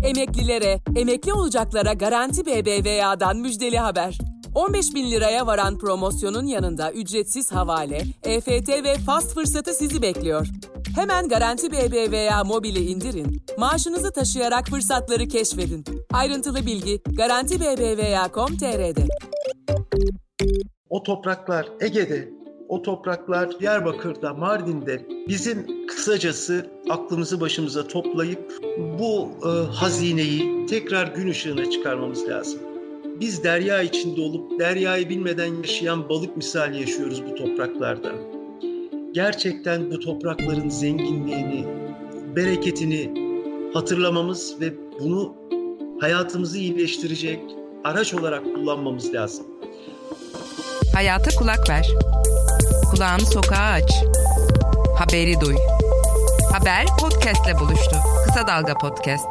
Emeklilere, emekli olacaklara Garanti BBVA'dan müjdeli haber. 15.000 liraya varan promosyonun yanında ücretsiz havale, EFT ve fast fırsatı sizi bekliyor. Hemen Garanti BBVA mobili indirin, maaşınızı taşıyarak fırsatları keşfedin. Ayrıntılı bilgi garantibbva.com.tr'de. O topraklar Ege'de, o topraklar Diyarbakır'da, Mardin'de bizim kısacası aklımızı başımıza toplayıp bu hazineyi tekrar gün ışığına çıkarmamız lazım. Biz derya içinde olup deryayı bilmeden yaşayan balık misali yaşıyoruz bu topraklarda. Gerçekten bu toprakların zenginliğini, bereketini hatırlamamız ve bunu hayatımızı iyileştirecek araç olarak kullanmamız lazım. Hayata kulak ver. Kulağını sokağa aç. Haberi duy. Haber podcast'le buluştu. Kısa Dalga Podcast.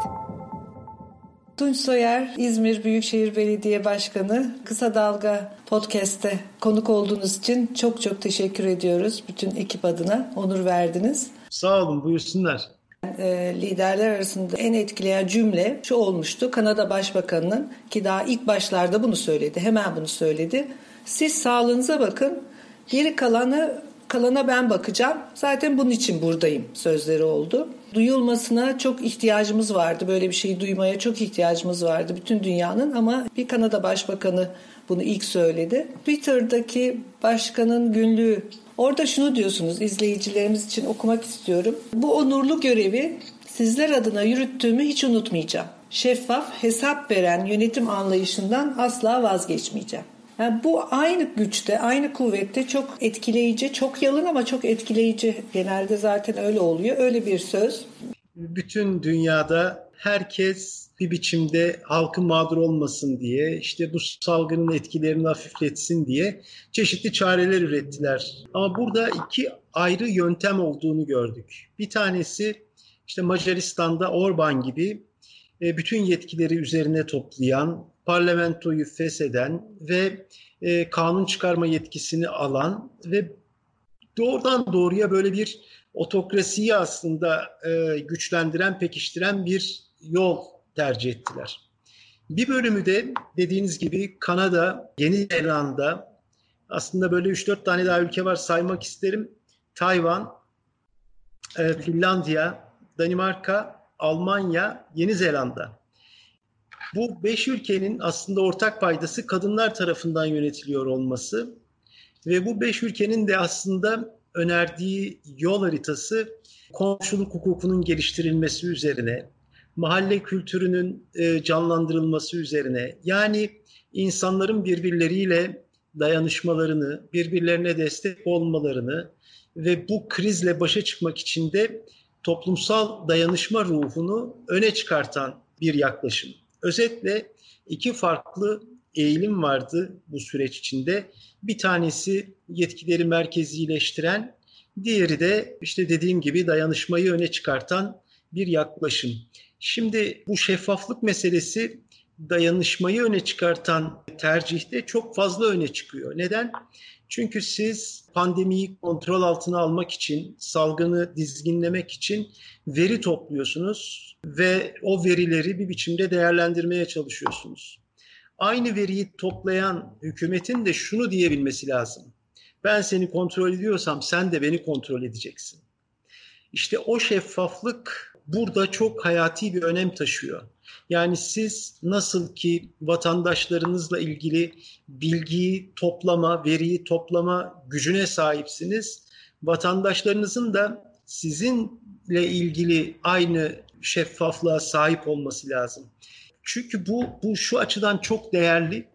Tunç Soyer, İzmir Büyükşehir Belediye Başkanı. Kısa Dalga Podcast'te konuk olduğunuz için çok çok teşekkür ediyoruz. Bütün ekip adına onur verdiniz. Sağ olun, buyursunlar. Liderler arasında en etkileyen cümle şu olmuştu. Kanada Başbakanı'nın, ki daha ilk başlarda bunu söyledi, hemen bunu söyledi. Siz sağlığınıza bakın, geri kalana ben bakacağım. Zaten bunun için buradayım sözleri oldu. Duyulmasına çok ihtiyacımız vardı. Böyle bir şeyi duymaya çok ihtiyacımız vardı bütün dünyanın, ama bir Kanada Başbakanı bunu ilk söyledi. Twitter'daki başkanın günlüğü. Orada şunu diyorsunuz, izleyicilerimiz için okumak istiyorum. Bu onurlu görevi sizler adına yürüttüğümü hiç unutmayacağım. Şeffaf, hesap veren yönetim anlayışından asla vazgeçmeyeceğim. Yani bu aynı güçte, aynı kuvvette çok etkileyici, çok yalın ama çok etkileyici. Genelde zaten öyle oluyor. Öyle bir söz. Bütün dünyada herkes bir biçimde halkın mağdur olmasın diye, işte bu salgının etkilerini hafifletsin diye çeşitli çareler ürettiler. Ama burada iki ayrı yöntem olduğunu gördük. Bir tanesi işte Macaristan'da Orban gibi bütün yetkileri üzerine toplayan, parlamentoyu fesheden ve kanun çıkarma yetkisini alan ve doğrudan doğruya böyle bir otokrasiyi aslında güçlendiren, pekiştiren bir yol tercih ettiler. Bir bölümü de dediğiniz gibi Kanada, Yeni Zelanda, aslında böyle 3-4 tane daha ülke var, saymak isterim. Tayvan, Finlandiya, Danimarka, Almanya, Yeni Zelanda. Bu 5 ülkenin aslında ortak paydası kadınlar tarafından yönetiliyor olması ve bu 5 ülkenin de aslında önerdiği yol haritası komşuluk hukukunun geliştirilmesi üzerine, mahalle kültürünün canlandırılması üzerine, yani insanların birbirleriyle dayanışmalarını, birbirlerine destek olmalarını ve bu krizle başa çıkmak için de toplumsal dayanışma ruhunu öne çıkartan bir yaklaşım. Özetle iki farklı eğilim vardı bu süreç içinde. Bir tanesi yetkileri merkezileştiren, diğeri de işte dediğim gibi dayanışmayı öne çıkartan bir yaklaşım. Şimdi bu şeffaflık meselesi dayanışmayı öne çıkartan tercihte çok fazla öne çıkıyor. Neden? Çünkü siz pandemiyi kontrol altına almak için, salgını dizginlemek için veri topluyorsunuz ve o verileri bir biçimde değerlendirmeye çalışıyorsunuz. Aynı veriyi toplayan hükümetin de şunu diyebilmesi lazım: ben seni kontrol ediyorsam sen de beni kontrol edeceksin. İşte o şeffaflık burada çok hayati bir önem taşıyor. Yani siz nasıl ki vatandaşlarınızla ilgili bilgiyi toplama, veriyi toplama gücüne sahipsiniz, vatandaşlarınızın da sizinle ilgili aynı şeffaflığa sahip olması lazım. Çünkü bu şu açıdan çok değerli.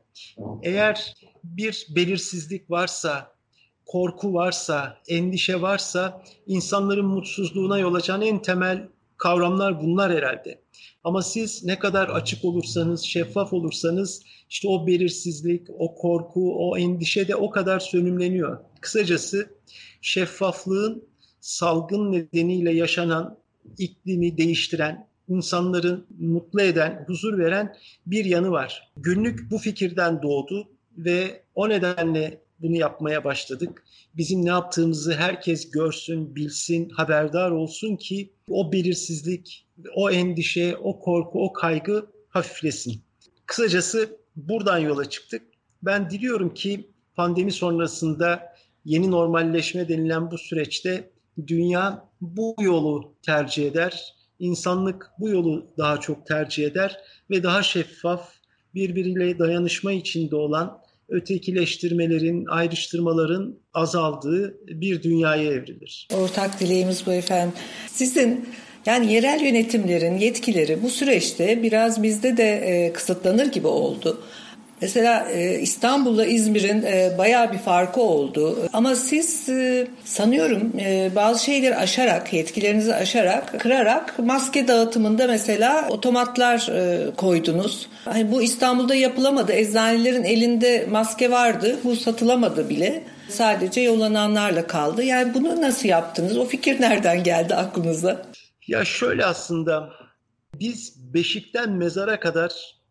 Eğer bir belirsizlik varsa, korku varsa, endişe varsa insanların mutsuzluğuna yol açan en temel kavramlar bunlar herhalde. Ama siz ne kadar açık olursanız, şeffaf olursanız işte o belirsizlik, o korku, o endişe de o kadar sönümleniyor. Kısacası şeffaflığın salgın nedeniyle yaşanan iklimi değiştiren, insanları mutlu eden, huzur veren bir yanı var. Günlük bu fikirden doğdu ve o nedenle bunu yapmaya başladık. Bizim ne yaptığımızı herkes görsün, bilsin, haberdar olsun ki o belirsizlik, o endişe, o korku, o kaygı hafiflesin. Kısacası buradan yola çıktık. Ben diliyorum ki pandemi sonrasında yeni normalleşme denilen bu süreçte dünya bu yolu tercih eder. İnsanlık bu yolu daha çok tercih eder ve daha şeffaf, birbiriyle dayanışma içinde olan ötekileştirmelerin, ayrıştırmaların azaldığı bir dünyaya evrilir. Ortak dileğimiz bu efendim. Sizin yani yerel yönetimlerin yetkileri bu süreçte biraz bizde de kısıtlanır gibi oldu. Mesela İstanbul'la İzmir'in bayağı bir farkı oldu. Ama siz sanıyorum bazı şeyleri aşarak, yetkilerinizi aşarak, kırarak maske dağıtımında mesela otomatlar koydunuz. Hani bu İstanbul'da yapılamadı. Eczanelerin elinde maske vardı. Bu satılamadı bile. Sadece yollananlarla kaldı. Yani bunu nasıl yaptınız? O fikir nereden geldi aklınıza? Ya şöyle aslında biz beşikten mezara kadar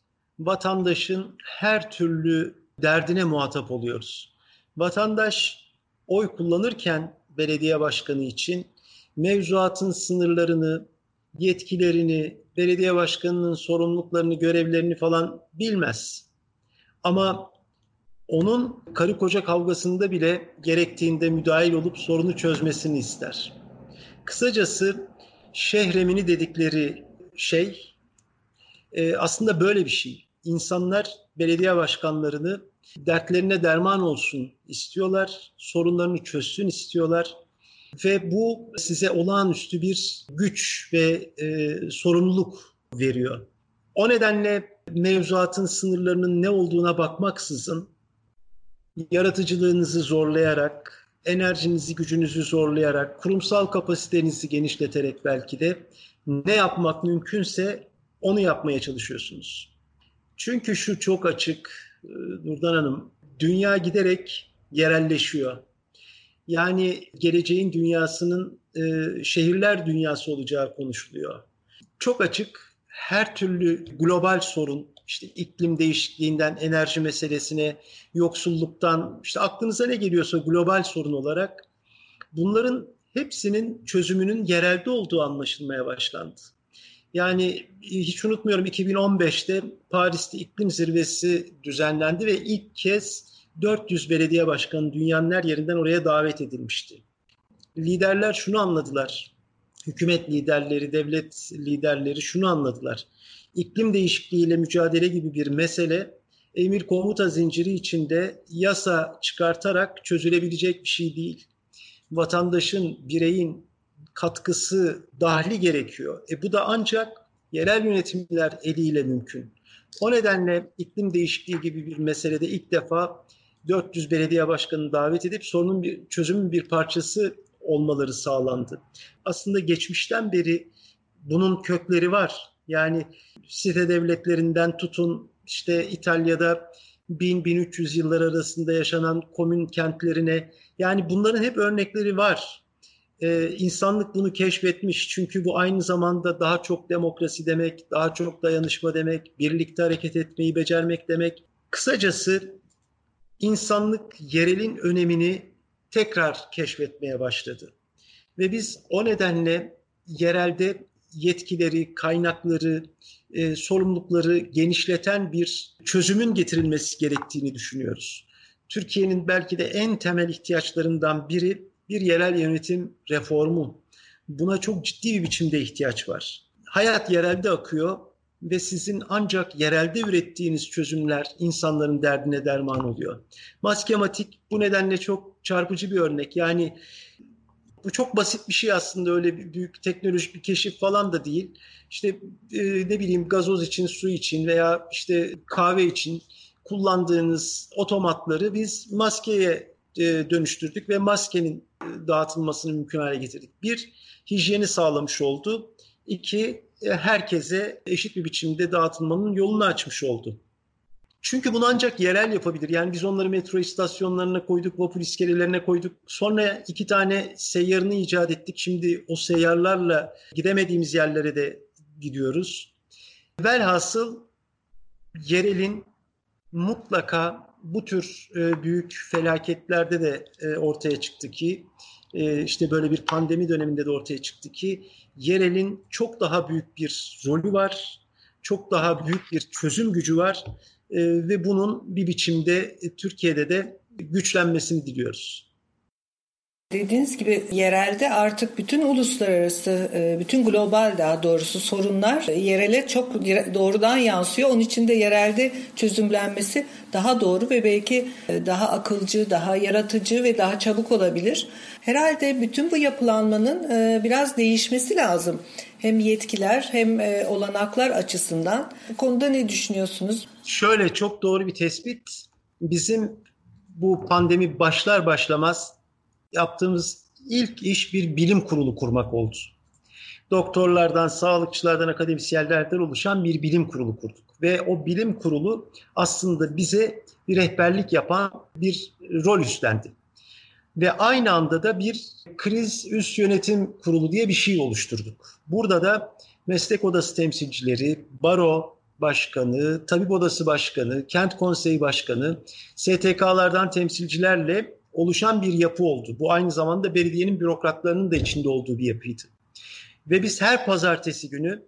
vatandaşın her türlü derdine muhatap oluyoruz. Vatandaş oy kullanırken belediye başkanı için mevzuatın sınırlarını, yetkilerini, belediye başkanının sorumluluklarını, görevlerini falan bilmez. Ama onun karı koca kavgasında bile gerektiğinde müdahil olup sorunu çözmesini ister. Kısacası şehremini dedikleri şey aslında böyle bir şey. İnsanlar belediye başkanlarını dertlerine derman olsun istiyorlar, sorunlarını çözsün istiyorlar ve bu size olağanüstü bir güç ve sorumluluk veriyor. O nedenle mevzuatın sınırlarının ne olduğuna bakmaksızın yaratıcılığınızı zorlayarak, enerjinizi, gücünüzü zorlayarak, kurumsal kapasitenizi genişleterek belki de ne yapmak mümkünse onu yapmaya çalışıyorsunuz. Çünkü şu çok açık Nurdan Hanım, dünya giderek yerelleşiyor. Yani geleceğin dünyasının şehirler dünyası olacağı konuşuluyor. Çok açık, her türlü global sorun, işte iklim değişikliğinden enerji meselesine, yoksulluktan, işte aklınıza ne geliyorsa global sorun olarak bunların hepsinin çözümünün yerelde olduğu anlaşılmaya başlandı. Yani hiç unutmuyorum 2015'te Paris'te iklim zirvesi düzenlendi ve ilk kez 400 belediye başkanı dünyanın her yerinden oraya davet edilmişti. Liderler şunu anladılar, hükümet liderleri, devlet liderleri şunu anladılar. İklim değişikliğiyle mücadele gibi bir mesele emir komuta zinciri içinde yasa çıkartarak çözülebilecek bir şey değil. Vatandaşın, bireyin katkısı, dahli gerekiyor. Bu da ancak yerel yönetimler eliyle mümkün. O nedenle iklim değişikliği gibi bir meselede ilk defa 400 belediye başkanını davet edip sorunun çözümün bir parçası olmaları sağlandı. Aslında geçmişten beri bunun kökleri var. Yani site devletlerinden tutun işte İtalya'da 1000-1300 yıllar arasında yaşanan komün kentlerine, yani bunların hep örnekleri var. İnsanlık bunu keşfetmiş. Çünkü bu aynı zamanda daha çok demokrasi demek, daha çok dayanışma demek, birlikte hareket etmeyi becermek demek. Kısacası insanlık yerelin önemini tekrar keşfetmeye başladı. Ve biz o nedenle yerelde yetkileri, kaynakları, sorumlulukları genişleten bir çözümün getirilmesi gerektiğini düşünüyoruz. Türkiye'nin belki de en temel ihtiyaçlarından biri bir yerel yönetim reformu. Buna çok ciddi bir biçimde ihtiyaç var. Hayat yerelde akıyor ve sizin ancak yerelde ürettiğiniz çözümler insanların derdine derman oluyor. Maskematik bu nedenle çok çarpıcı bir örnek. Yani bu çok basit bir şey aslında, öyle büyük teknolojik bir keşif falan da değil. İşte ne bileyim gazoz için, su için veya işte kahve için kullandığınız otomatları biz maskeye dönüştürdük ve maskenin dağıtılmasını mümkün hale getirdik. Bir, hijyeni sağlamış oldu. İki, herkese eşit bir biçimde dağıtılmanın yolunu açmış oldu. Çünkü bunu ancak yerel yapabilir. Yani biz onları metro istasyonlarına koyduk, vapur iskelelerine koyduk. Sonra 2 tane seyyarını icat ettik. Şimdi o seyyarlarla gidemediğimiz yerlere de gidiyoruz. Velhasıl yerelin mutlaka bu tür büyük felaketlerde de ortaya çıktı ki, işte böyle bir pandemi döneminde de ortaya çıktı ki yerelin çok daha büyük bir rolü var, çok daha büyük bir çözüm gücü var ve bunun bir biçimde Türkiye'de de güçlenmesini diliyoruz. Dediğiniz gibi yerelde artık bütün uluslararası, bütün global daha doğrusu sorunlar yerele çok doğrudan yansıyor. Onun için de yerelde çözümlenmesi daha doğru ve belki daha akılcı, daha yaratıcı ve daha çabuk olabilir. Herhalde bütün bu yapılanmanın biraz değişmesi lazım. Hem yetkiler hem olanaklar açısından. Bu konuda ne düşünüyorsunuz? Şöyle, çok doğru bir tespit. Bizim bu pandemi başlar başlamaz yaptığımız ilk iş bir bilim kurulu kurmak oldu. Doktorlardan, sağlıkçılardan, akademisyenlerden oluşan bir bilim kurulu kurduk. Ve o bilim kurulu aslında bize bir rehberlik yapan bir rol üstlendi. Ve aynı anda da bir kriz üst yönetim kurulu diye bir şey oluşturduk. Burada da meslek odası temsilcileri, baro başkanı, tabip odası başkanı, kent konseyi başkanı, STK'lardan temsilcilerle oluşan bir yapı oldu. Bu aynı zamanda belediyenin bürokratlarının da içinde olduğu bir yapıydı. Ve biz her pazartesi günü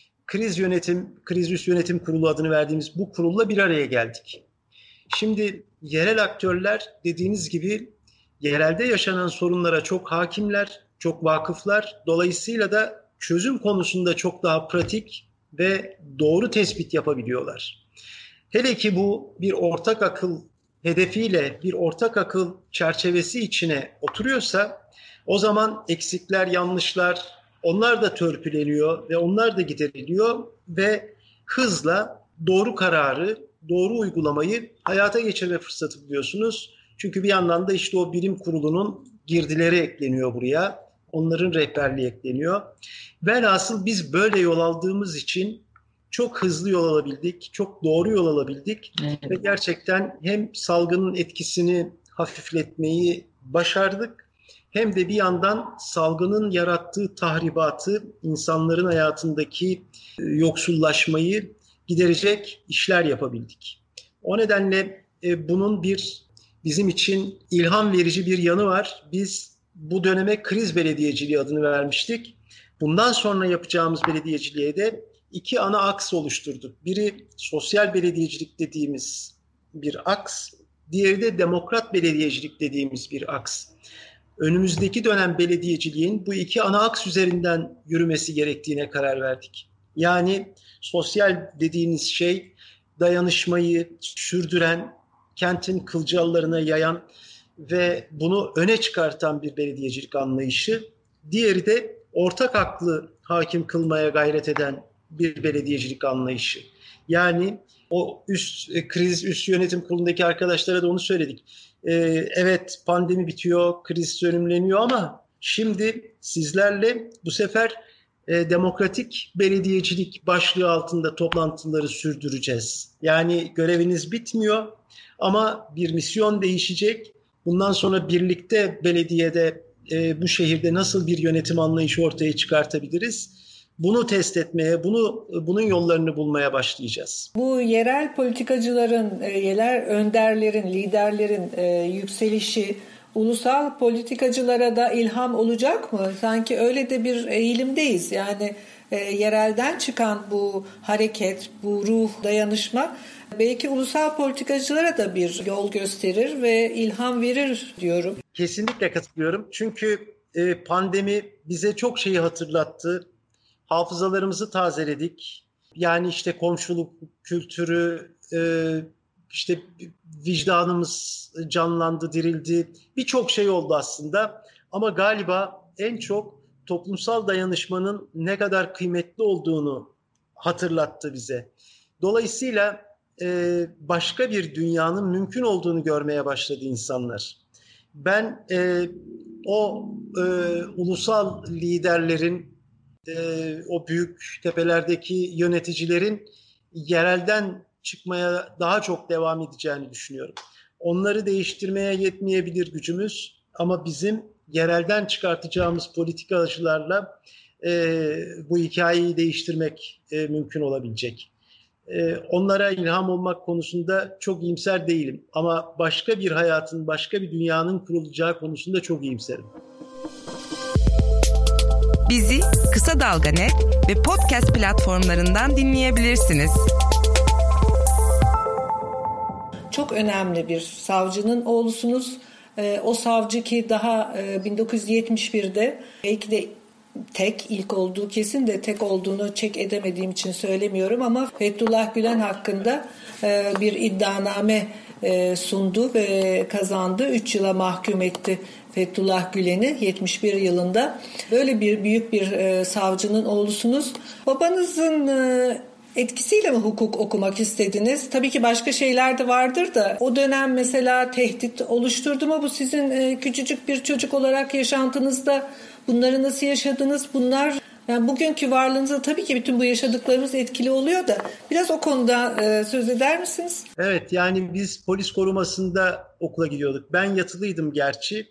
kriz üst yönetim kurulu adını verdiğimiz bu kurulla bir araya geldik. Şimdi yerel aktörler dediğiniz gibi yerelde yaşanan sorunlara çok hakimler, çok vakıflar. Dolayısıyla da çözüm konusunda çok daha pratik ve doğru tespit yapabiliyorlar. Hele ki bu bir ortak akıl hedefiyle, bir ortak akıl çerçevesi içine oturuyorsa o zaman eksikler, yanlışlar, onlar da törpüleniyor ve onlar da gideriliyor ve hızla doğru kararı, doğru uygulamayı hayata geçirme fırsatı buluyorsunuz. Çünkü bir yandan da işte o bilim kurulunun girdileri ekleniyor buraya. Onların rehberliği ekleniyor. Velhasıl biz böyle yol aldığımız için çok hızlı yol alabildik, çok doğru yol alabildik. Ve gerçekten hem salgının etkisini hafifletmeyi başardık, hem de bir yandan salgının yarattığı tahribatı, insanların hayatındaki yoksullaşmayı giderecek işler yapabildik. O nedenle bunun bizim için ilham verici bir yanı var. Biz bu döneme kriz belediyeciliği adını vermiştik. Bundan sonra yapacağımız belediyeciliğe de 2 ana aks oluşturduk. Biri sosyal belediyecilik dediğimiz bir aks, diğeri de demokrat belediyecilik dediğimiz bir aks. Önümüzdeki dönem belediyeciliğin bu 2 ana aks üzerinden yürümesi gerektiğine karar verdik. Yani sosyal dediğiniz şey dayanışmayı sürdüren, kentin kılcallarına yayan ve bunu öne çıkartan bir belediyecilik anlayışı. Diğeri de ortak aklı hakim kılmaya gayret eden bir belediyecilik anlayışı. Yani o kriz üst yönetim kurulundaki arkadaşlara da onu söyledik. Evet, pandemi bitiyor, kriz sönümleniyor ama şimdi sizlerle bu sefer demokratik belediyecilik başlığı altında toplantıları sürdüreceğiz. Yani göreviniz bitmiyor ama bir misyon değişecek. Bundan sonra birlikte belediyede bu şehirde nasıl bir yönetim anlayışı ortaya çıkartabiliriz? Bunu test etmeye, bunun yollarını bulmaya başlayacağız. Bu yerel politikacıların, yerel önderlerin, liderlerin yükselişi ulusal politikacılara da ilham olacak mı? Sanki öyle de bir eğilimdeyiz. Yani yerelden çıkan bu hareket, bu ruh, dayanışma belki ulusal politikacılara da bir yol gösterir ve ilham verir diyorum. Kesinlikle katılıyorum. Çünkü pandemi bize çok şeyi hatırlattı. Hafızalarımızı tazeledik. Yani işte komşuluk kültürü, işte vicdanımız canlandı, dirildi. Birçok şey oldu aslında. Ama galiba en çok toplumsal dayanışmanın ne kadar kıymetli olduğunu hatırlattı bize. Dolayısıyla başka bir dünyanın mümkün olduğunu görmeye başladı insanlar. Ben ulusal liderlerin, o büyük tepelerdeki yöneticilerin yerelden çıkmaya daha çok devam edeceğini düşünüyorum. Onları değiştirmeye yetmeyebilir gücümüz ama bizim yerelden çıkartacağımız politikacılarla bu hikayeyi değiştirmek mümkün olabilecek. Onlara ilham olmak konusunda çok iyimser değilim. Ama başka bir hayatın, başka bir dünyanın kurulacağı konusunda çok iyimserim. Bizi Kısa Dalga Net ve podcast platformlarından dinleyebilirsiniz. Çok önemli bir savcının oğlusunuz. O savcı ki daha 1971'de belki de ilk olduğu kesin de tek olduğunu çek edemediğim için söylemiyorum ama Fethullah Gülen hakkında bir iddianame sundu ve kazandı. 3 yıla mahkum etti Fethullah Gülen'i 71 yılında. Böyle bir büyük bir savcının oğlusunuz. Babanızın etkisiyle mi hukuk okumak istediniz? Tabii ki başka şeyler de vardır da o dönem mesela tehdit oluşturdu mu bu sizin küçücük bir çocuk olarak yaşantınızda? Bunları nasıl yaşadınız? Bunlar yani bugünkü varlığınızda tabii ki bütün bu yaşadıklarımız etkili oluyor da biraz o konuda söz eder misiniz? Evet, yani biz polis korumasında okula gidiyorduk. Ben yatılıydım gerçi.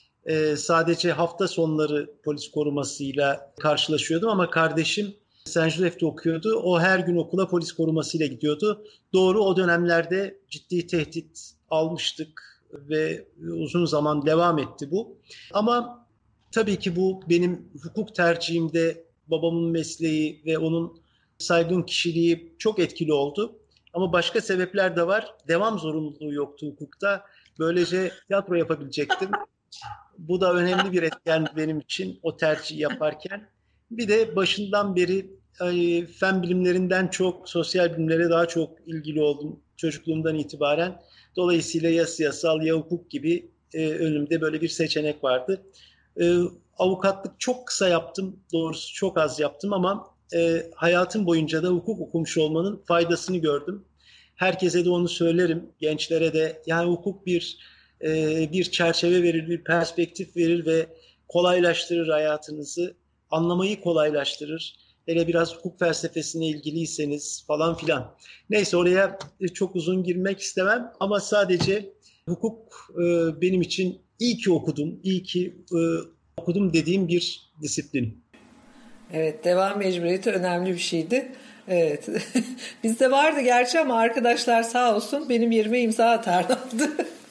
Sadece hafta sonları polis korumasıyla karşılaşıyordum ama kardeşim Saint Joseph'te okuyordu. O her gün okula polis korumasıyla gidiyordu. Doğru, o dönemlerde ciddi tehdit almıştık ve uzun zaman devam etti bu. Ama tabii ki bu benim hukuk tercihimde babamın mesleği ve onun saygın kişiliği çok etkili oldu. Ama başka sebepler de var. Devam zorunluluğu yoktu hukukta. Böylece tiyatro yapabilecektim. Bu da önemli bir etken benim için o tercihi yaparken. Bir de başından beri fen bilimlerinden çok sosyal bilimlere daha çok ilgili oldum çocukluğumdan itibaren. Dolayısıyla ya siyasal ya hukuk gibi önümde böyle bir seçenek vardı. Avukatlık çok kısa yaptım, doğrusu çok az yaptım ama hayatım boyunca da hukuk okumuş olmanın faydasını gördüm. Herkese de onu söylerim, gençlere de. Yani hukuk bir çerçeve verir, bir perspektif verir ve kolaylaştırır hayatınızı, anlamayı kolaylaştırır. Hele biraz hukuk felsefesine ilgiliyseniz falan filan. Neyse, oraya çok uzun girmek istemem ama sadece hukuk benim için iyi ki okudum dediğim bir disiplin. Evet, devam mecburiyeti önemli bir şeydi. Evet. Bizde vardı gerçi ama arkadaşlar sağ olsun benim yerime imza atarlardı.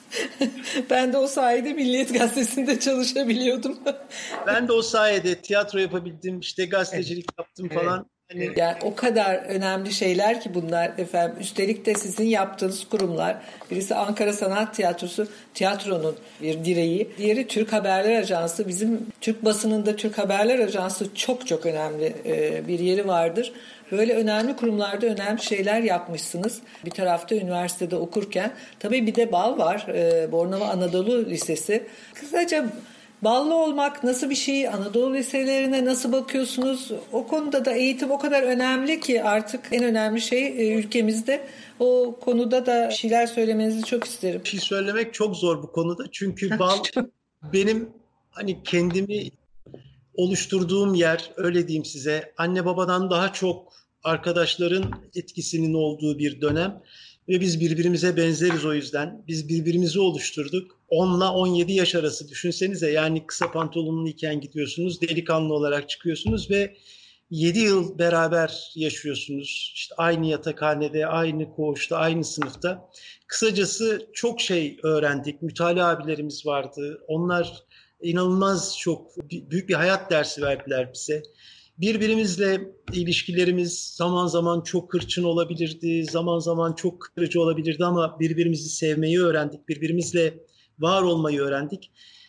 Ben de o sayede Milliyet Gazetesi'nde çalışabiliyordum. Ben de o sayede tiyatro yapabildim, işte gazetecilik yaptım falan. Yani o kadar önemli şeyler ki bunlar efendim. Üstelik de sizin yaptığınız kurumlar. Birisi Ankara Sanat Tiyatrosu, tiyatronun bir direği. Diğeri Türk Haberler Ajansı. Bizim Türk basınında Türk Haberler Ajansı çok çok önemli bir yeri vardır. Böyle önemli kurumlarda önemli şeyler yapmışsınız. Bir tarafta üniversitede okurken. Tabii bir de BAL var. Bornova Anadolu Lisesi. Kısaca Ballı olmak nasıl bir şey? Anadolu liselerine nasıl bakıyorsunuz? O konuda da eğitim o kadar önemli ki artık en önemli şey ülkemizde. O konuda da bir şeyler söylemenizi çok isterim. Bir şey söylemek çok zor bu konuda. Çünkü bal benim hani kendimi oluşturduğum yer, öyle diyeyim size. Anne babadan daha çok arkadaşların etkisinin olduğu bir dönem. Ve biz birbirimize benzeriz o yüzden. Biz birbirimizi oluşturduk. 10 ile 17 yaş arası düşünsenize, yani kısa pantolonluyken gidiyorsunuz, delikanlı olarak çıkıyorsunuz ve 7 yıl beraber yaşıyorsunuz. İşte aynı yatakhanede, aynı koğuşta, aynı sınıfta. Kısacası çok şey öğrendik. Mütalaa abilerimiz vardı. Onlar inanılmaz çok büyük bir hayat dersi verdiler bize. Birbirimizle ilişkilerimiz zaman zaman çok hırçın olabilirdi, zaman zaman çok kırıcı olabilirdi ama birbirimizi sevmeyi öğrendik, birbirimizle var olmayı öğrendik.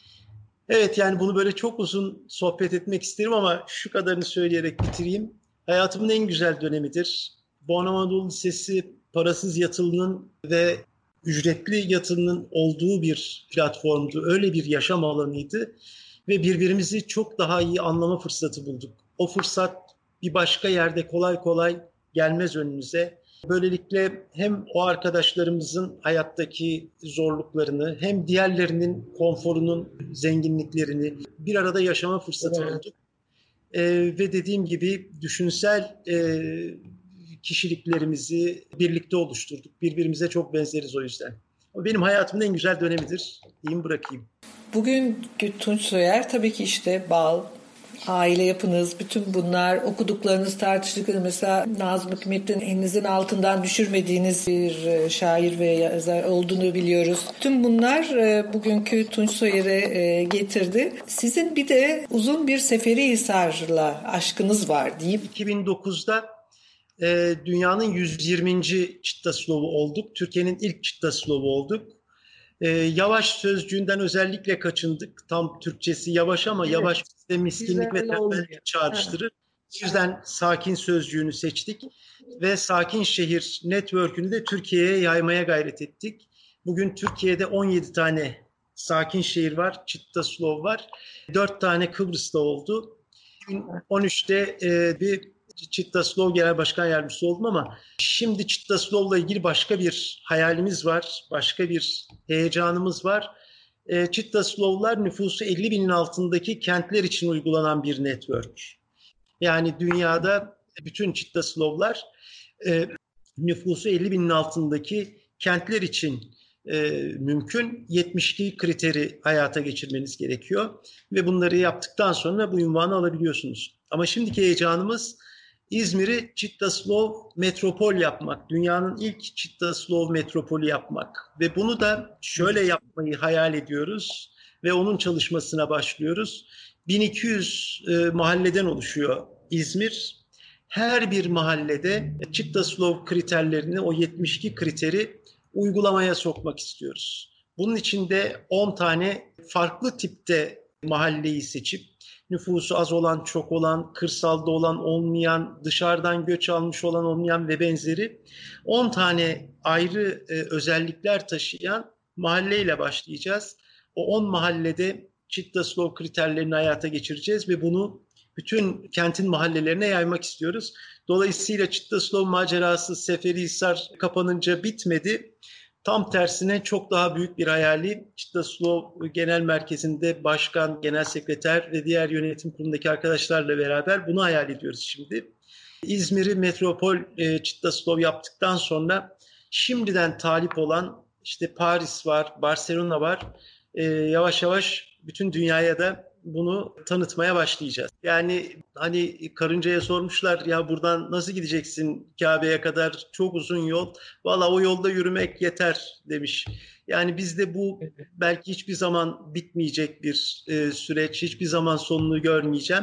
Evet, yani bunu böyle çok uzun sohbet etmek isterim ama şu kadarını söyleyerek bitireyim. Hayatımın en güzel dönemidir. Bornova Anadolu Lisesi parasız yatılının ve ücretli yatılının olduğu bir platformdu. Öyle bir yaşam alanıydı ve birbirimizi çok daha iyi anlama fırsatı bulduk. O fırsat bir başka yerde kolay kolay gelmez önünüze. Böylelikle hem o arkadaşlarımızın hayattaki zorluklarını hem diğerlerinin konforunun zenginliklerini bir arada yaşama fırsatı bulduk. Ve dediğim gibi düşünsel kişiliklerimizi birlikte oluşturduk. Birbirimize çok benzeriz o yüzden. Benim hayatımın en güzel dönemidir diyeyim, bırakayım. Bugün Tunç Soyer tabii ki işte BAL, aile yapınız, bütün bunlar, okuduklarınız, tartıştıklarınız, mesela Nazım Hikmet'in elinizin altından düşürmediğiniz bir şair ve yazar olduğunu biliyoruz. Tüm bunlar bugünkü Tunç Soyer'e getirdi. Sizin bir de uzun bir Seferihisar'la aşkınız var diyeyim. 2009'da dünyanın 120. Çittaslovu olduk. Türkiye'nin ilk Çittaslovu olduk. Yavaş sözcüğünden özellikle kaçındık. Tam Türkçesi yavaş ama evet, yavaş bize miskinlik ve tembellik çağrıştırır. O yüzden sakin sözcüğünü seçtik ve Sakin Şehir Network'ünü de Türkiye'ye yaymaya gayret ettik. Bugün Türkiye'de 17 tane sakin şehir var, Çittaslov var. 4 tane Kıbrıs'ta oldu. 2013'te bir Çittaslov Genel Başkan Yardımcısı oldum ama şimdi Çittaslov'la ilgili başka bir hayalimiz var, başka bir heyecanımız var. Çittaslovlar nüfusu 50 binin altındaki kentler için uygulanan bir network. Yani dünyada bütün Çittaslovlar nüfusu 50 binin altındaki kentler için mümkün. 72 kriteri hayata geçirmeniz gerekiyor ve bunları yaptıktan sonra bu unvanı alabiliyorsunuz. Ama şimdiki heyecanımız İzmir'i Çittaslov metropol yapmak, dünyanın ilk Çittaslov metropolü yapmak ve bunu da şöyle yapmayı hayal ediyoruz ve onun çalışmasına başlıyoruz. 1200 mahalleden oluşuyor İzmir. Her bir mahallede Çittaslov kriterlerini, o 72 kriteri uygulamaya sokmak istiyoruz. Bunun için de 10 tane farklı tipte mahalleyi seçip nüfusu az olan, çok olan, kırsalda olan, olmayan, dışarıdan göç almış olan, olmayan ve benzeri 10 tane ayrı özellikler taşıyan mahalleyle başlayacağız. O 10 mahallede Çittaslov kriterlerini hayata geçireceğiz ve bunu bütün kentin mahallelerine yaymak istiyoruz. Dolayısıyla Çittaslov macerası Seferihisar kapanınca bitmedi. Tam tersine çok daha büyük bir hayali Çittaslov Genel Merkezi'nde başkan, genel sekreter ve diğer yönetim kurulundaki arkadaşlarla beraber bunu hayal ediyoruz şimdi. İzmir'i metropol Çittaslov yaptıktan sonra şimdiden talip olan işte Paris var, Barcelona var. Yavaş yavaş bütün dünyaya da bunu tanıtmaya başlayacağız. Yani hani karıncaya sormuşlar ya buradan nasıl gideceksin Kabe'ye kadar, çok uzun yol. Valla o yolda yürümek yeter demiş. Yani bizde bu belki hiçbir zaman bitmeyecek bir süreç, hiçbir zaman sonunu görmeyeceğim.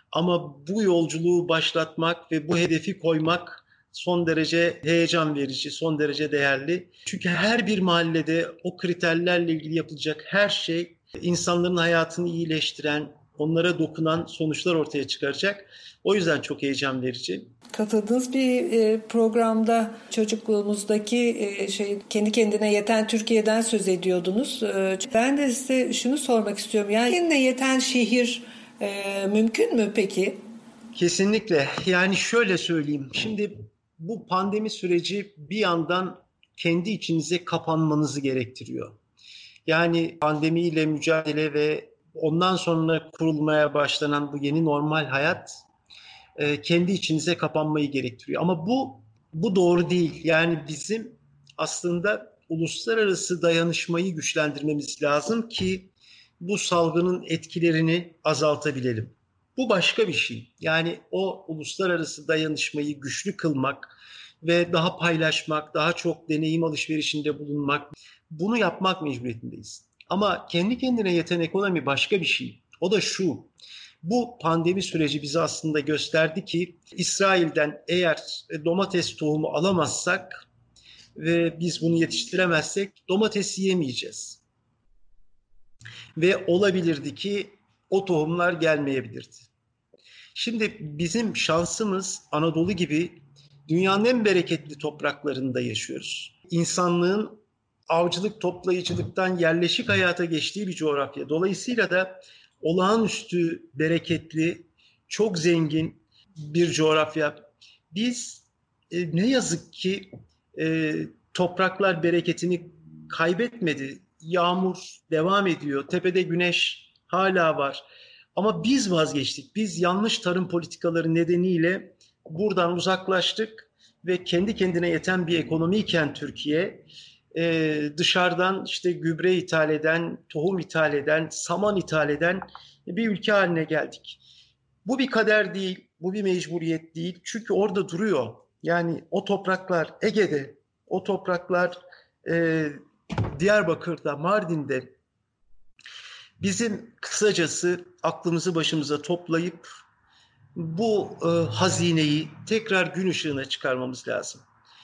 Ama bu yolculuğu başlatmak ve bu hedefi koymak son derece heyecan verici, son derece değerli. Çünkü her bir mahallede o kriterlerle ilgili yapılacak her şey insanların hayatını iyileştiren, onlara dokunan sonuçlar ortaya çıkaracak. O yüzden çok heyecan verici. Katıldığınız bir programda çocukluğumuzdaki kendi kendine yeten Türkiye'den söz ediyordunuz. Ben de size şunu sormak istiyorum. Yani kendine yeten şehir mümkün mü peki? Kesinlikle. Yani şöyle söyleyeyim. Şimdi bu pandemi süreci bir yandan kendi içinize kapanmanızı gerektiriyor. Yani pandemiyle mücadele ve ondan sonra kurulmaya başlanan bu yeni normal hayat kendi içinize kapanmayı gerektiriyor. Ama bu doğru değil. Yani bizim aslında uluslararası dayanışmayı güçlendirmemiz lazım ki bu salgının etkilerini azaltabilelim. Bu başka bir şey. Yani o uluslararası dayanışmayı güçlü kılmak ve daha paylaşmak, daha çok deneyim alışverişinde bulunmak, bunu yapmak mecburiyetindeyiz. Ama kendi kendine yeten ekonomi başka bir şey. O da şu, bu pandemi süreci bize aslında gösterdi ki İsrail'den eğer domates tohumu alamazsak ve biz bunu yetiştiremezsek domates yiyemeyeceğiz. Ve olabilirdi ki o tohumlar gelmeyebilirdi. Şimdi bizim şansımız Anadolu gibi dünyanın en bereketli topraklarında yaşıyoruz. İnsanlığın avcılık, toplayıcılıktan yerleşik hayata geçtiği bir coğrafya. Dolayısıyla da olağanüstü bereketli, çok zengin bir coğrafya. Biz ne yazık ki topraklar bereketini kaybetmedi. Yağmur devam ediyor, tepede güneş hala var. Ama biz vazgeçtik. Biz yanlış tarım politikaları nedeniyle buradan uzaklaştık ve kendi kendine yeten bir ekonomiyken Türkiye dışarıdan işte gübre ithal eden, tohum ithal eden, saman ithal eden bir ülke haline geldik. Bu bir kader değil, bu bir mecburiyet değil. Çünkü orada duruyor. Yani o topraklar Ege'de, o topraklar Diyarbakır'da, Mardin'de. Bizim kısacası aklımızı başımıza toplayıp bu hazineyi tekrar gün ışığına çıkarmamız lazım.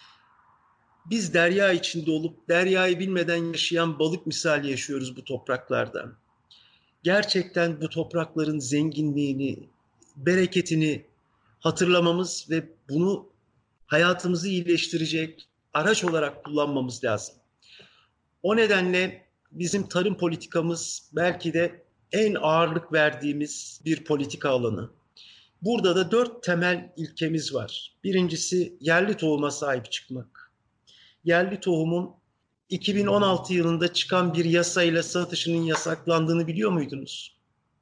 Biz derya içinde olup deryayı bilmeden yaşayan balık misali yaşıyoruz bu topraklarda. Gerçekten bu toprakların zenginliğini, bereketini hatırlamamız ve bunu hayatımızı iyileştirecek araç olarak kullanmamız lazım. O nedenle bizim tarım politikamız belki de en ağırlık verdiğimiz bir politika alanı. Burada da 4 temel ilkemiz var. Birincisi yerli tohuma sahip çıkmak. Yerli tohumun 2016 yılında çıkan bir yasayla satışının yasaklandığını biliyor muydunuz?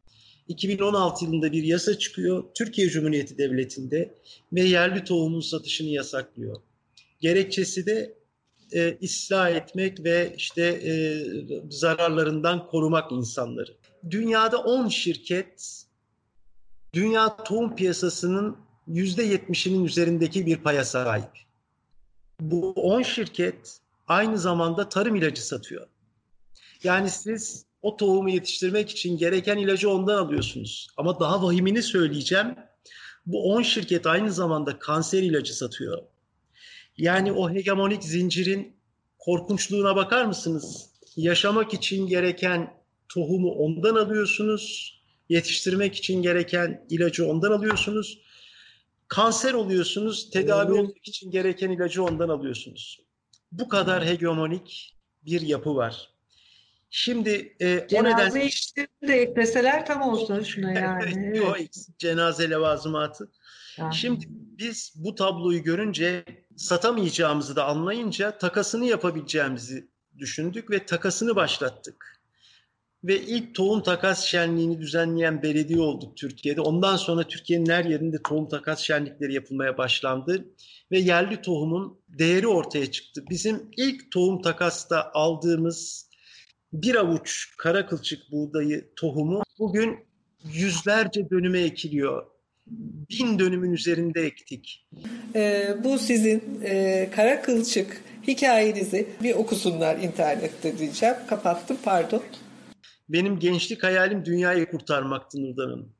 2016 yılında bir yasa çıkıyor Türkiye Cumhuriyeti Devleti'nde ve yerli tohumun satışını yasaklıyor. Gerekçesi de ıslah etmek ve zararlarından korumak insanları. Dünyada 10 şirket dünya tohum piyasasının %70'inin üzerindeki bir paya sahip. Bu 10 şirket aynı zamanda tarım ilacı satıyor. Yani siz o tohumu yetiştirmek için gereken ilacı ondan alıyorsunuz. Ama daha vahimini söyleyeceğim. Bu 10 şirket aynı zamanda kanser ilacı satıyor. Yani o hegemonik zincirin korkunçluğuna bakar mısınız? Yaşamak için gereken tohumu ondan alıyorsunuz. Yetiştirmek için gereken ilacı ondan alıyorsunuz. Kanser oluyorsunuz, tedavi olmak için gereken ilacı ondan alıyorsunuz. Bu kadar hegemonik bir yapı var. Şimdi o nedenle... işlerini de ekleseler tam olsun şuna yani. Evet. O cenaze levazımatı. Yani. Şimdi biz bu tabloyu görünce satamayacağımızı da anlayınca takasını yapabileceğimizi düşündük ve takasını başlattık. Ve ilk tohum takas şenliğini düzenleyen belediye olduk Türkiye'de. Ondan sonra Türkiye'nin her yerinde tohum takas şenlikleri yapılmaya başlandı. Ve yerli tohumun değeri ortaya çıktı. Bizim ilk tohum takasta aldığımız bir avuç kara kılçık buğdayı tohumu bugün yüzlerce dönüme ekiliyor. 1000 dönümün üzerinde ektik. Bu sizin kara kılçık hikayenizi bir okusunlar internette diyeceğim. Kapattım, pardon. Benim gençlik hayalim dünyayı kurtarmaktı Nurdan Hanım.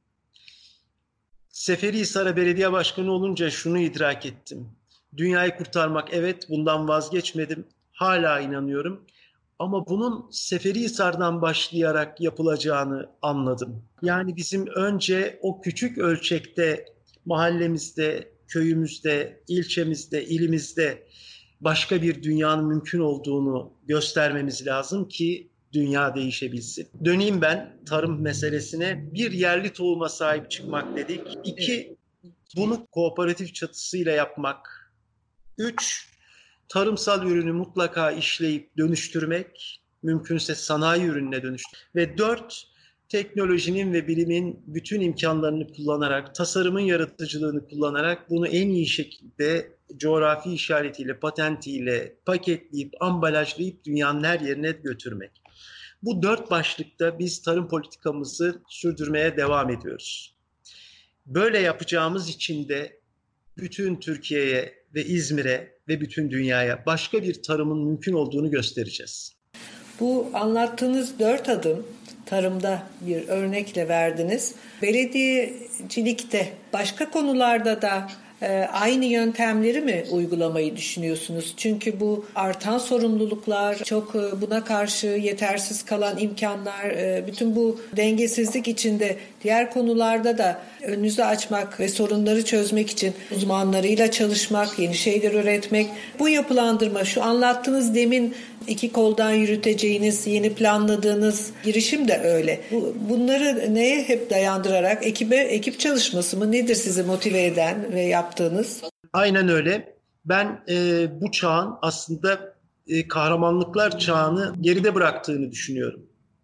Seferihisar'a belediye başkanı olunca şunu idrak ettim. Dünyayı kurtarmak, evet, bundan vazgeçmedim. Hala inanıyorum. Ama bunun Seferihisar'dan başlayarak yapılacağını anladım. Yani bizim önce o küçük ölçekte mahallemizde, köyümüzde, ilçemizde, ilimizde başka bir dünyanın mümkün olduğunu göstermemiz lazım ki dünya değişebilsin. Döneyim ben tarım meselesine. Bir, yerli tohuma sahip çıkmak dedik. 2, bunu kooperatif çatısıyla yapmak. 3, tarımsal ürünü mutlaka işleyip dönüştürmek, mümkünse sanayi ürününe dönüştürmek. Ve 4, teknolojinin ve bilimin bütün imkanlarını kullanarak, tasarımın yaratıcılığını kullanarak bunu en iyi şekilde coğrafi işaretiyle, patentiyle paketleyip, ambalajlayıp dünyanın her yerine götürmek. Bu 4 başlıkta biz tarım politikamızı sürdürmeye devam ediyoruz. Böyle yapacağımız için de bütün Türkiye'ye ve İzmir'e ve bütün dünyaya başka bir tarımın mümkün olduğunu göstereceğiz. Bu anlattığınız 4 adım tarımda bir örnekle verdiniz. Belediyecilikte başka konularda da aynı yöntemleri mi uygulamayı düşünüyorsunuz? Çünkü bu artan sorumluluklar, çok buna karşı yetersiz kalan imkanlar, bütün bu dengesizlik içinde diğer konularda da önünüzü açmak ve sorunları çözmek için uzmanlarıyla çalışmak, yeni şeyler üretmek, bu yapılandırma, şu anlattığınız demin 2 koldan yürüteceğiniz, yeni planladığınız girişim de öyle. Bunları neye hep dayandırarak, ekip çalışması mı, nedir sizi motive eden ve yaptığınız? Aynen öyle. Ben bu çağın aslında kahramanlıklar çağını geride bıraktığını düşünüyorum.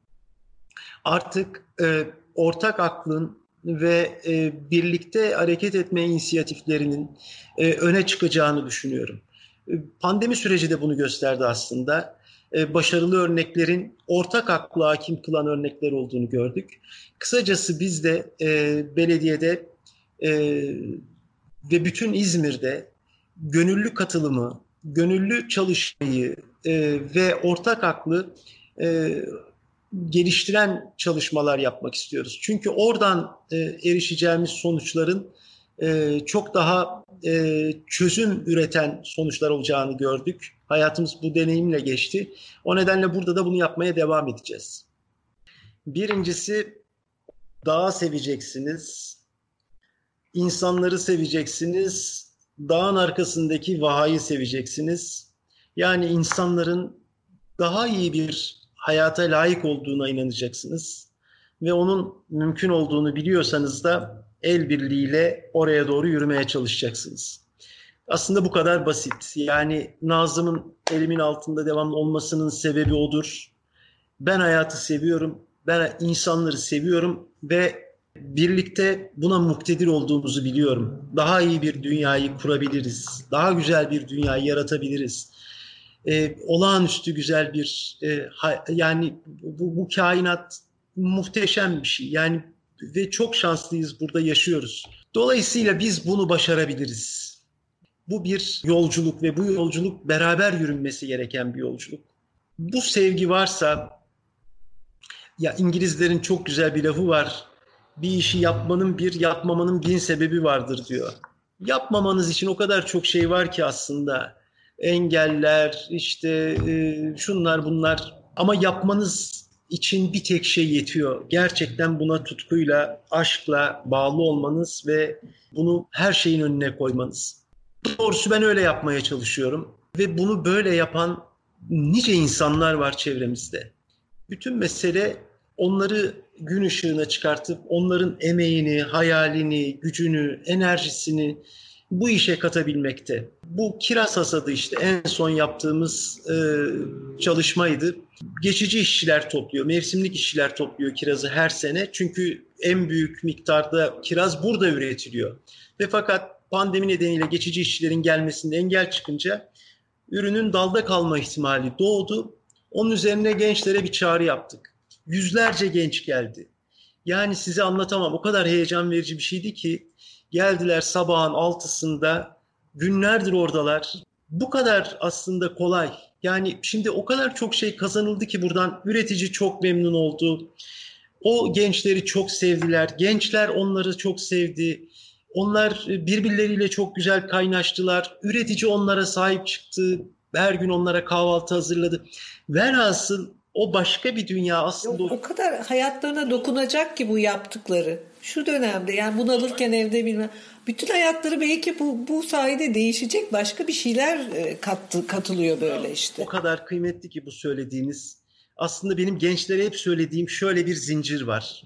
Artık ortak aklın ve birlikte hareket etme inisiyatiflerinin öne çıkacağını düşünüyorum. Pandemi süreci de bunu gösterdi aslında. başarılı örneklerin ortak akla hakim kılan örnekler olduğunu gördük. Kısacası biz de belediyede ve bütün İzmir'de gönüllü katılımı, gönüllü çalışmayı ve ortak aklı geliştiren çalışmalar yapmak istiyoruz. Çünkü oradan erişeceğimiz sonuçların çok daha çözüm üreten sonuçlar olacağını gördük. Hayatımız bu deneyimle geçti. O nedenle burada da bunu yapmaya devam edeceğiz. Birincisi, dağı seveceksiniz, insanları seveceksiniz, dağın arkasındaki vahayı seveceksiniz. Yani insanların daha iyi bir hayata layık olduğuna inanacaksınız ve onun mümkün olduğunu biliyorsanız da el birliğiyle oraya doğru yürümeye çalışacaksınız. Aslında bu kadar basit. Yani Nazım'ın elimin altında devamlı olmasının sebebi odur. Ben hayatı seviyorum, ben insanları seviyorum ve birlikte buna muktedir olduğumuzu biliyorum. Daha iyi bir dünyayı kurabiliriz, daha güzel bir dünyayı yaratabiliriz. Olağanüstü güzel bir yani bu kainat muhteşem bir şey. Yani ve çok şanslıyız, burada yaşıyoruz. Dolayısıyla biz bunu başarabiliriz. Bu bir yolculuk ve bu yolculuk beraber yürünmesi gereken bir yolculuk. Bu sevgi varsa, ya İngilizlerin çok güzel bir lafı var. Bir işi yapmanın bir, yapmamanın bin sebebi vardır diyor. Yapmamanız için o kadar çok şey var ki aslında. Engeller, işte şunlar bunlar. Ama yapmanız için bir tek şey yetiyor. Gerçekten buna tutkuyla, aşkla bağlı olmanız ve bunu her şeyin önüne koymanız. Doğrusu ben öyle yapmaya çalışıyorum. Ve bunu böyle yapan nice insanlar var çevremizde. Bütün mesele onları gün ışığına çıkartıp onların emeğini, hayalini, gücünü, enerjisini bu işe katabilmekte. Bu kiraz hasadı işte en son yaptığımız çalışmaydı. Geçici işçiler topluyor, mevsimlik işçiler topluyor kirazı her sene. Çünkü en büyük miktarda kiraz burada üretiliyor. Ve fakat pandemi nedeniyle geçici işçilerin gelmesinde engel çıkınca ürünün dalda kalma ihtimali doğdu. Onun üzerine gençlere bir çağrı yaptık. Yüzlerce genç geldi. Yani size anlatamam. O kadar heyecan verici bir şeydi ki geldiler sabahın 6'sında, günlerdir oradalar. Bu kadar aslında kolay. Yani şimdi o kadar çok şey kazanıldı ki buradan üretici çok memnun oldu. O gençleri çok sevdiler. Gençler onları çok sevdi. Onlar birbirleriyle çok güzel kaynaştılar. Üretici onlara sahip çıktı. Her gün onlara kahvaltı hazırladı. Velhasıl o başka bir dünya aslında. O kadar hayatlarına dokunacak ki bu yaptıkları. Şu dönemde yani bunalırken evde bilmem. Bütün hayatları belki bu sayede değişecek. Başka bir şeyler katılıyor böyle işte. O kadar kıymetli ki bu söylediğiniz. Aslında benim gençlere hep söylediğim şöyle bir zincir var.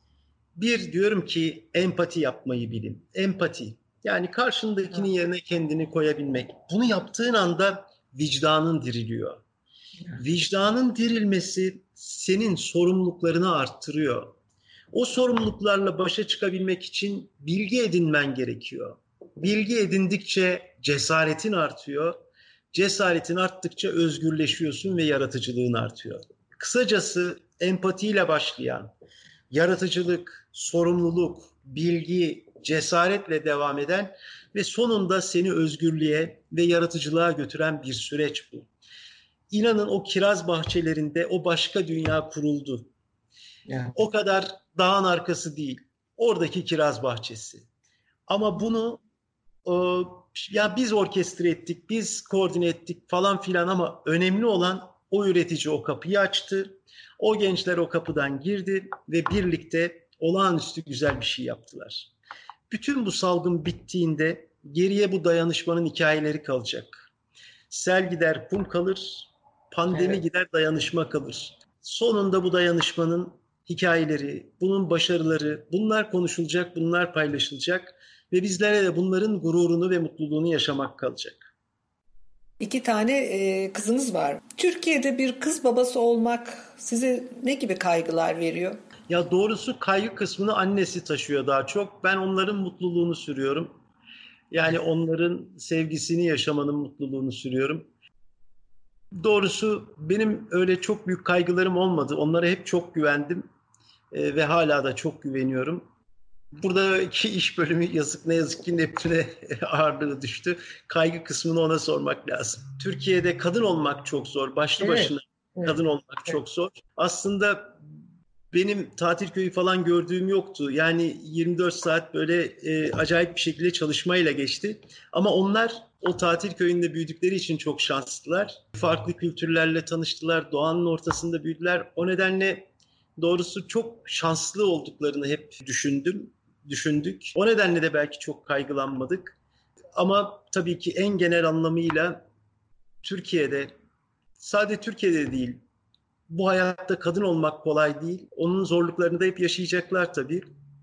Bir, diyorum ki empati yapmayı bilin. Empati. Yani karşındakinin yerine kendini koyabilmek. Bunu yaptığın anda vicdanın diriliyor. Vicdanın dirilmesi senin sorumluluklarını arttırıyor. O sorumluluklarla başa çıkabilmek için bilgi edinmen gerekiyor. Bilgi edindikçe cesaretin artıyor. Cesaretin arttıkça özgürleşiyorsun ve yaratıcılığın artıyor. Kısacası empatiyle başlayan, yaratıcılık, sorumluluk, bilgi, cesaretle devam eden ve sonunda seni özgürlüğe ve yaratıcılığa götüren bir süreç bu. İnanın o kiraz bahçelerinde o başka dünya kuruldu. Yani. O kadar dağın arkası değil. Oradaki kiraz bahçesi. Ama bunu ya biz orkestre ettik, biz koordine ettik falan filan ama önemli olan o üretici o kapıyı açtı. O gençler o kapıdan girdi ve birlikte olağanüstü güzel bir şey yaptılar. Bütün bu salgın bittiğinde geriye bu dayanışmanın hikayeleri kalacak. Sel gider, kum kalır, pandemi gider, dayanışma kalır. Sonunda bu dayanışmanın hikayeleri, bunun başarıları, bunlar konuşulacak, bunlar paylaşılacak ve bizlere de bunların gururunu ve mutluluğunu yaşamak kalacak. 2 tane kızınız var. Türkiye'de bir kız babası olmak size ne gibi kaygılar veriyor? Ya doğrusu kaygı kısmını annesi taşıyor daha çok. Ben onların mutluluğunu sürüyorum. Yani onların sevgisini yaşamanın mutluluğunu sürüyorum. Doğrusu benim öyle çok büyük kaygılarım olmadı. Onlara hep çok güvendim ve hala da çok güveniyorum. Buradaki iş bölümü ne yazık ki Neptün'e ağırlığı düştü. Kaygı kısmını ona sormak lazım. Türkiye'de kadın olmak çok zor. Başlı başına kadın olmak çok zor. Aslında benim tatil köyü falan gördüğüm yoktu. Yani 24 saat böyle acayip bir şekilde çalışmayla geçti. Ama onlar o tatil köyünde büyüdükleri için çok şanslılar. Farklı kültürlerle tanıştılar, doğanın ortasında büyüdüler. O nedenle doğrusu çok şanslı olduklarını hep düşündük. O nedenle de belki çok kaygılanmadık. Ama tabii ki en genel anlamıyla Türkiye'de, sadece Türkiye'de değil, bu hayatta kadın olmak kolay değil. Onun zorluklarını da hep yaşayacaklar tabii.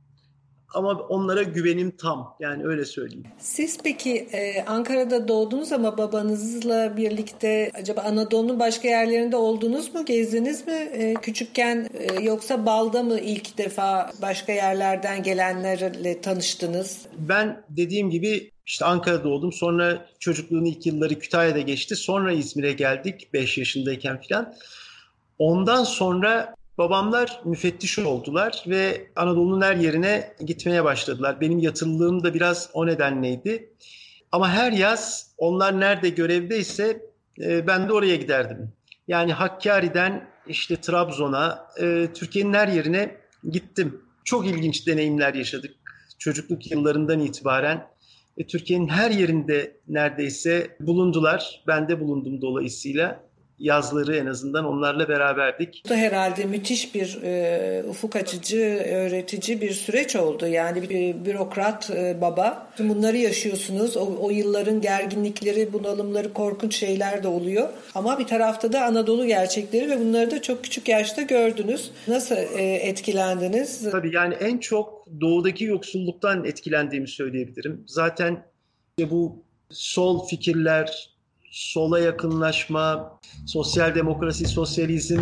Ama onlara güvenim tam. Yani öyle söyleyeyim. Siz peki Ankara'da doğdunuz ama babanızla birlikte acaba Anadolu'nun başka yerlerinde oldunuz mu? Gezdiniz mi küçükken? Yoksa Bal'da mı ilk defa başka yerlerden gelenlerle tanıştınız? Ben dediğim gibi işte Ankara'da doğdum. Sonra çocukluğun ilk yılları Kütahya'da geçti. Sonra İzmir'e geldik 5 yaşındayken falan. Ondan sonra babamlar müfettiş oldular ve Anadolu'nun her yerine gitmeye başladılar. Benim yatılılığım da biraz o nedenleydi. Ama her yaz onlar nerede görevdeyse ben de oraya giderdim. Yani Hakkari'den işte Trabzon'a, Türkiye'nin her yerine gittim. Çok ilginç deneyimler yaşadık çocukluk yıllarından itibaren. Türkiye'nin her yerinde neredeyse bulundular. Ben de bulundum dolayısıyla. Yazları en azından onlarla beraberdik. Bu da herhalde müthiş bir ufuk açıcı, öğretici bir süreç oldu. Yani bir bürokrat baba. Bunları yaşıyorsunuz. O yılların gerginlikleri, bunalımları, korkunç şeyler de oluyor. Ama bir tarafta da Anadolu gerçekleri ve bunları da çok küçük yaşta gördünüz. Nasıl etkilendiniz? Tabii yani en çok doğudaki yoksulluktan etkilendiğimi söyleyebilirim. Zaten bu sol fikirler, sola yakınlaşma, sosyal demokrasi, sosyalizm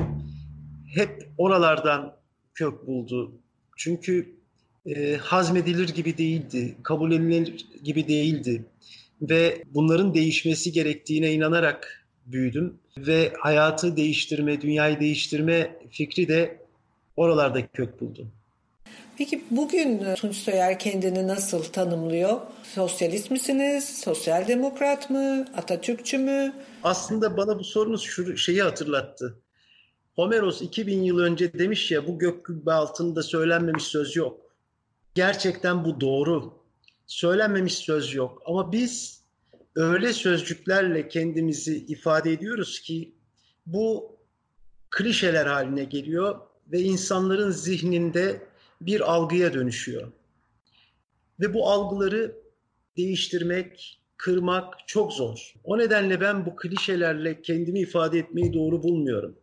hep oralardan kök buldu. Çünkü hazmedilir gibi değildi, kabul edilir gibi değildi. Ve bunların değişmesi gerektiğine inanarak büyüdüm. Ve hayatı değiştirme, dünyayı değiştirme fikri de oralarda kök buldu. Peki bugün Tunç Soyer kendini nasıl tanımlıyor? Sosyalist misiniz? Sosyal demokrat mı? Atatürkçü mü? Aslında bana bu sorunuz şu şeyi hatırlattı. Homeros 2000 yıl önce demiş ya, bu gök kubbe altında söylenmemiş söz yok. Gerçekten bu doğru. Söylenmemiş söz yok. Ama biz öyle sözcüklerle kendimizi ifade ediyoruz ki bu klişeler haline geliyor ve insanların zihninde bir algıya dönüşüyor. Ve bu algıları değiştirmek, kırmak çok zor. O nedenle ben bu klişelerle kendimi ifade etmeyi doğru bulmuyorum.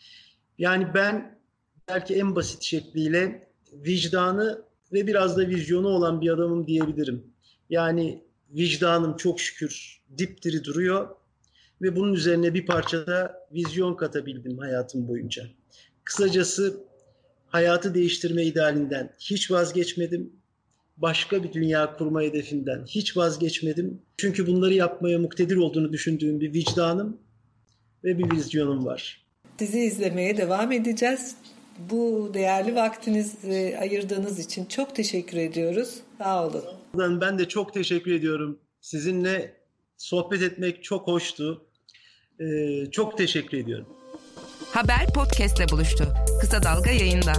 Yani ben belki en basit şekliyle vicdanı ve biraz da vizyonu olan bir adamım diyebilirim. Yani vicdanım çok şükür dipdiri duruyor ve bunun üzerine bir parça da vizyon katabildim hayatım boyunca. Kısacası hayatı değiştirme idealinden hiç vazgeçmedim. Başka bir dünya kurma hedefinden hiç vazgeçmedim. Çünkü bunları yapmaya muktedir olduğunu düşündüğüm bir vicdanım ve bir vizyonum var. Dizi izlemeye devam edeceğiz. Bu değerli vaktinizi ayırdığınız için çok teşekkür ediyoruz. Sağ olun. Ben de çok teşekkür ediyorum. Sizinle sohbet etmek çok hoştu. Çok teşekkür ediyorum. Haber podcast'le buluştu. Kısa Dalga yayında.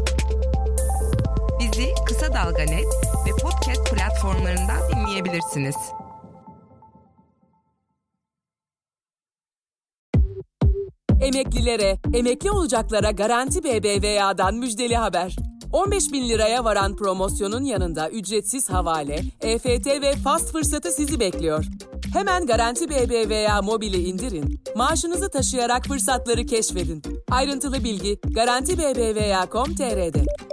Bizi Kısa Dalga Net ve podcast platformlarından dinleyebilirsiniz. Emeklilere, emekli olacaklara Garanti BBVA'dan müjdeli haber. 15.000 liraya varan promosyonun yanında ücretsiz havale, EFT ve fast fırsatı sizi bekliyor. Hemen Garanti BBVA mobili indirin, maaşınızı taşıyarak fırsatları keşfedin. Ayrıntılı bilgi garantibbva.com.tr'de.